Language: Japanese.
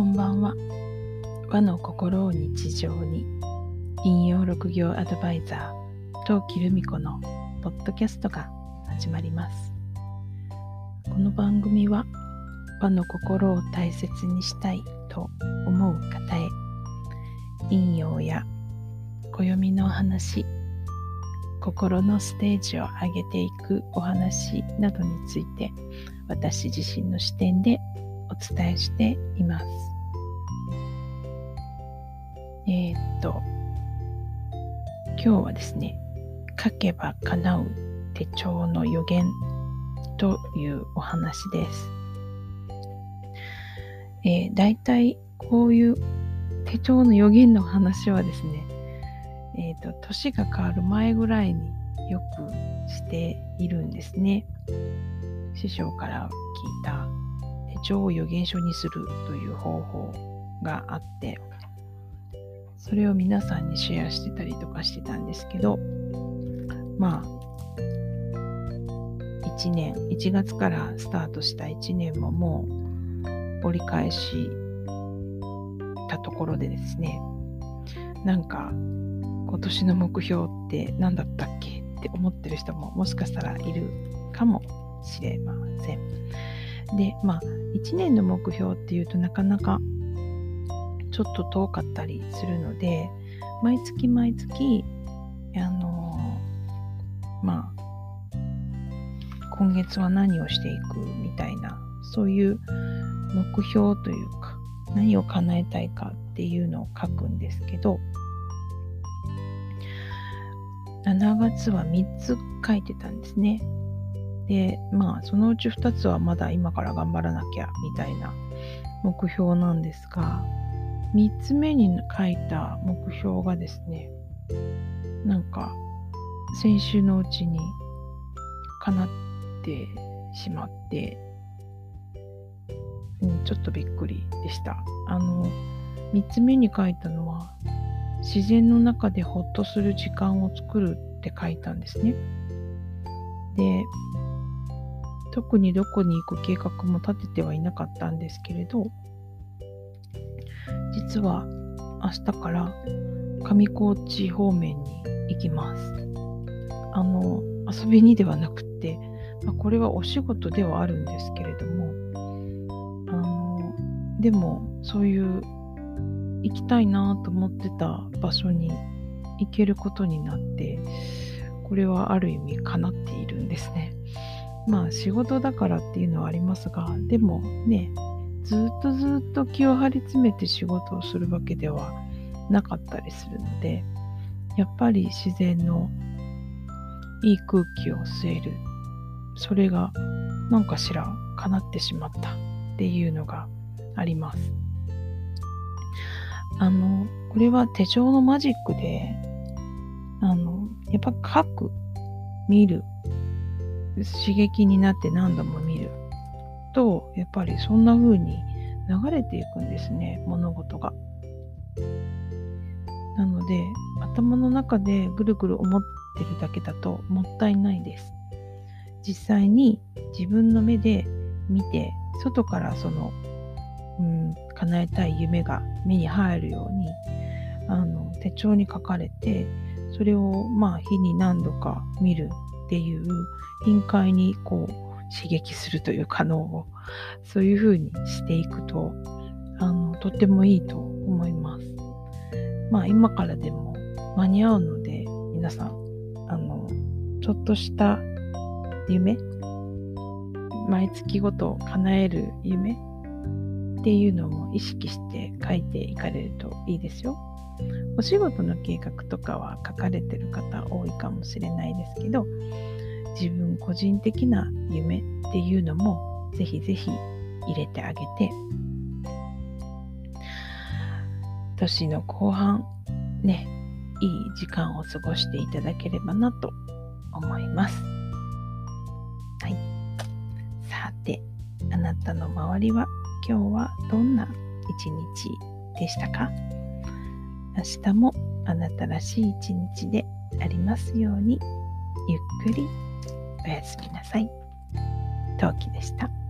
こんばんは。和の心を日常に、引用6行アドバイザー陶器留美子のポッドキャストが始まります。この番組は和の心を大切にしたいと思う方へ、引用や暦の話、心のステージを上げていくお話などについて、私自身の視点でお伝えしています。今日はですね、書けば叶う手帳の予言というお話です。だいたいこういう手帳の予言の話はですね、年が変わる前ぐらいによくしているんですね。師匠から聞いた手帳を予言書にするという方法があって、それを皆さんにシェアしてたりとかしてたんですけど、1月からスタートした1年ももう折り返したところでですね、なんか今年の目標って何だったっけって思ってる人ももしかしたらいるかもしれません。で、1年の目標っていうとなかなかちょっと遠かったりするので、毎月今月は何をしていくみたいな、そういう目標というか、何を叶えたいかっていうのを書くんですけど、7月は3つ書いてたんですね。で、そのうち2つはまだ今から頑張らなきゃみたいな目標なんですが、3つ目に書いた目標がですね、先週のうちに叶ってしまって、ちょっとびっくりでした。3つ目に書いたのは、自然の中でほっとする時間を作るって書いたんですね。で、特にどこに行く計画も立ててはいなかったんですけれど、実は明日から上高地方面に行きます。遊びにではなくて、これはお仕事ではあるんですけれども、でもそういう行きたいなと思ってた場所に行けることになって、これはある意味叶っているんですね。仕事だからっていうのはありますが、でもね、ずっと気を張り詰めて仕事をするわけではなかったりするので、やっぱり自然のいい空気を吸える、それが叶ってしまったっていうのがあります。これは手帳のマジックで、やっぱ書く、見る、刺激になって何度も見ると、やっぱりそんな風に流れていくんですね、物事が。なので、頭の中でぐるぐる思ってるだけだともったいないです。実際に自分の目で見て、外から叶えたい夢が目に入るように手帳に書かれて、それを日に何度か見るっていう頻回に刺激するというか脳を、そういう風にしていくととってもいいと思います。今からでも間に合うので、皆さんちょっとした夢、毎月ごと叶える夢っていうのも意識して書いていかれるといいですよ。お仕事の計画とかは書かれてる方多いかもしれないですけど、自分個人的な夢っていうのもぜひぜひ入れてあげて、年の後半ね、いい時間を過ごしていただければなと思います。はい。さて、あなたの周りは今日はどんな一日でしたか？明日もあなたらしい一日でありますように。ゆっくりおやすみなさい。陶器でした。